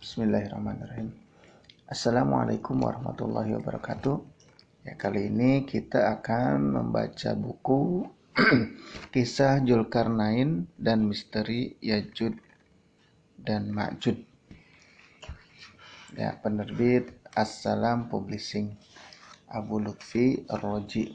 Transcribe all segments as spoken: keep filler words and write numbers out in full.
Bismillahirrahmanirrahim. Assalamualaikum warahmatullahi wabarakatuh. Ya, kali ini kita akan membaca buku Kisah Dzulkarnain dan Misteri Ya'juj dan Ma'juj. Ya, penerbit Assalam Publishing, Abu Lutfi Ar-Raji.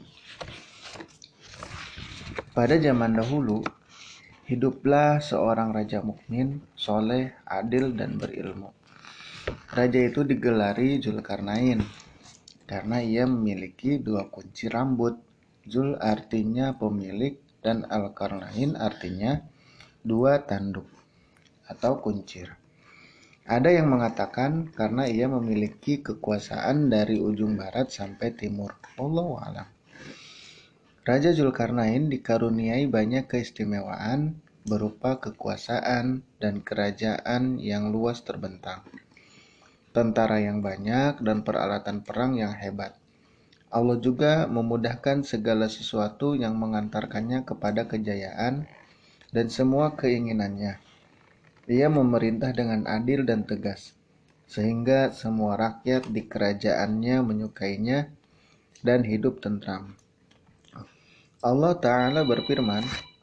Pada zaman dahulu, hiduplah seorang raja mukmin, soleh, adil, dan berilmu. Raja itu digelari Dzulkarnain karena ia memiliki dua kunci rambut. Dzul artinya pemilik dan Al-Qarnain artinya dua tanduk atau kuncir. Ada yang mengatakan karena ia memiliki kekuasaan dari ujung barat sampai timur. Wallahu a'lam. Raja Dzulkarnain dikaruniai banyak keistimewaan berupa kekuasaan dan kerajaan yang luas terbentang, tentara yang banyak, dan peralatan perang yang hebat. Allah juga memudahkan segala sesuatu yang mengantarkannya kepada kejayaan dan semua keinginannya. Ia memerintah dengan adil dan tegas, sehingga semua rakyat di kerajaannya menyukainya dan hidup tentram. Allah Ta'ala berfirman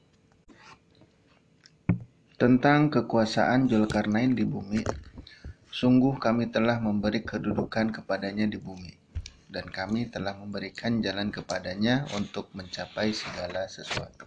tentang kekuasaan Dzulkarnain di bumi, sungguh kami telah memberi kedudukan kepadanya di bumi, dan kami telah memberikan jalan kepadanya untuk mencapai segala sesuatu.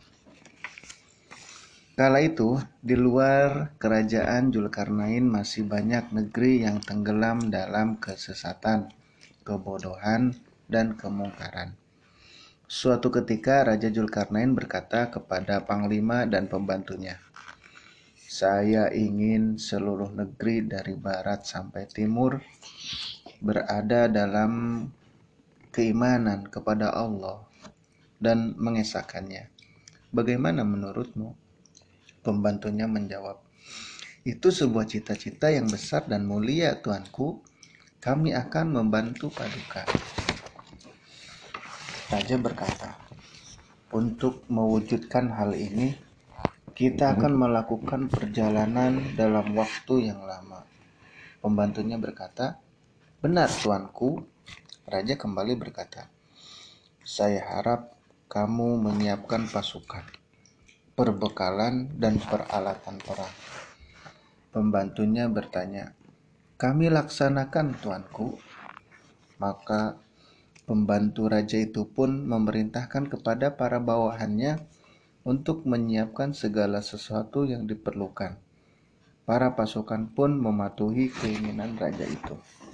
Kala itu, di luar kerajaan Dzulkarnain masih banyak negeri yang tenggelam dalam kesesatan, kebodohan, dan kemungkaran. Suatu ketika Raja Dzulkarnain berkata kepada panglima dan pembantunya, "Saya ingin seluruh negeri dari barat sampai timur berada dalam keimanan kepada Allah dan mengesahkannya. Bagaimana menurutmu?" Pembantunya menjawab, "Itu sebuah cita-cita yang besar dan mulia, tuanku. Kami akan membantu Paduka." Raja berkata, "Untuk mewujudkan hal ini, kita akan melakukan perjalanan dalam waktu yang lama." Pembantunya berkata, "Benar, tuanku." Raja kembali berkata, "Saya harap kamu menyiapkan pasukan, perbekalan, dan peralatan perang." Pembantunya bertanya, "Kami laksanakan, tuanku." Maka pembantu raja itu pun memerintahkan kepada para bawahannya untuk menyiapkan segala sesuatu yang diperlukan. Para pasukan pun mematuhi keinginan raja itu.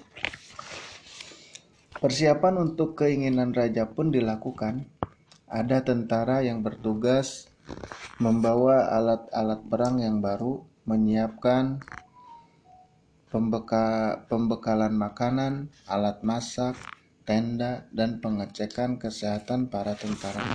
Persiapan untuk keinginan raja pun dilakukan. Ada tentara yang bertugas membawa alat-alat perang yang baru, menyiapkan pembeka, pembekalan makanan, alat masak, tenda, dan pengecekan kesehatan para tentara.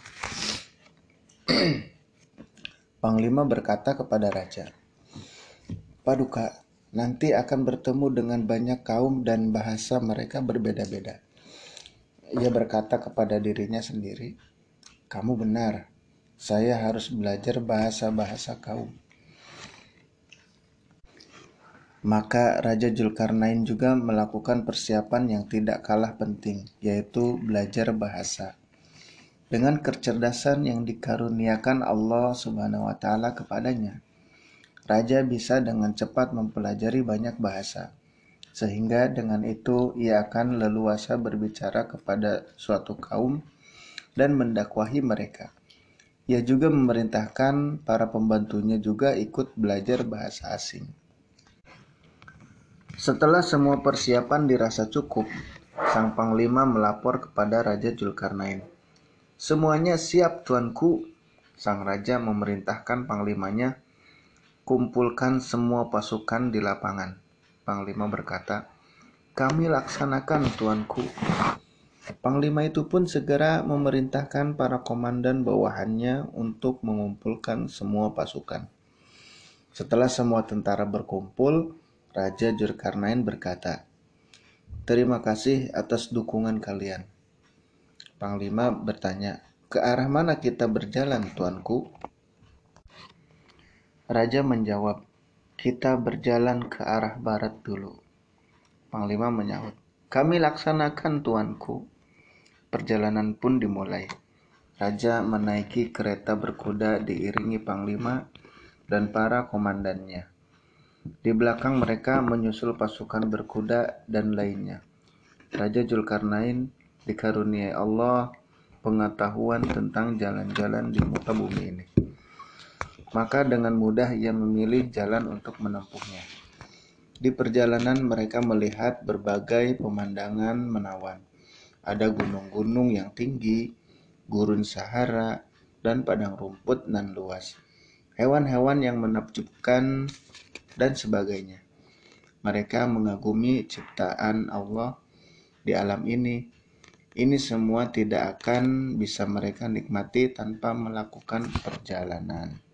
Panglima berkata kepada raja, "Paduka, nanti akan bertemu dengan banyak kaum dan bahasa mereka berbeda-beda." Ia berkata kepada dirinya sendiri, "Kamu benar, saya harus belajar bahasa-bahasa kaum." Maka Raja Dzulkarnain juga melakukan persiapan yang tidak kalah penting, yaitu belajar bahasa. Dengan kecerdasan yang dikaruniakan Allah Subhanahu wa Ta'ala kepadanya, raja bisa dengan cepat mempelajari banyak bahasa, sehingga dengan itu ia akan leluasa berbicara kepada suatu kaum dan mendakwahi mereka. Ia juga memerintahkan para pembantunya juga ikut belajar bahasa asing. Setelah semua persiapan dirasa cukup, sang panglima melapor kepada Raja Dzulkarnain. "Semuanya siap, tuanku." Sang raja memerintahkan panglimanya, "Kumpulkan semua pasukan di lapangan." Panglima berkata, "Kami laksanakan, tuanku." Panglima itu pun segera memerintahkan para komandan bawahannya untuk mengumpulkan semua pasukan. Setelah semua tentara berkumpul, Raja Dzulkarnain berkata, "Terima kasih atas dukungan kalian." Panglima bertanya, "Ke arah mana kita berjalan, tuanku?" Raja menjawab, Kita berjalan ke arah barat dulu. Panglima menyahut, kami laksanakan tuanku. Perjalanan pun dimulai. Raja menaiki kereta berkuda diiringi panglima dan para komandannya. Di belakang mereka menyusul pasukan berkuda dan lainnya. Raja Zulkarnain dikaruniai Allah pengetahuan tentang jalan-jalan di muka bumi ini. Maka dengan mudah ia memilih jalan untuk menempuhnya. Di perjalanan mereka melihat berbagai pemandangan menawan. Ada gunung-gunung yang tinggi, gurun Sahara, dan padang rumput nan luas. Hewan-hewan yang menakjubkan dan sebagainya. Mereka mengagumi ciptaan Allah di alam ini. Ini semua tidak akan bisa mereka nikmati tanpa melakukan perjalanan.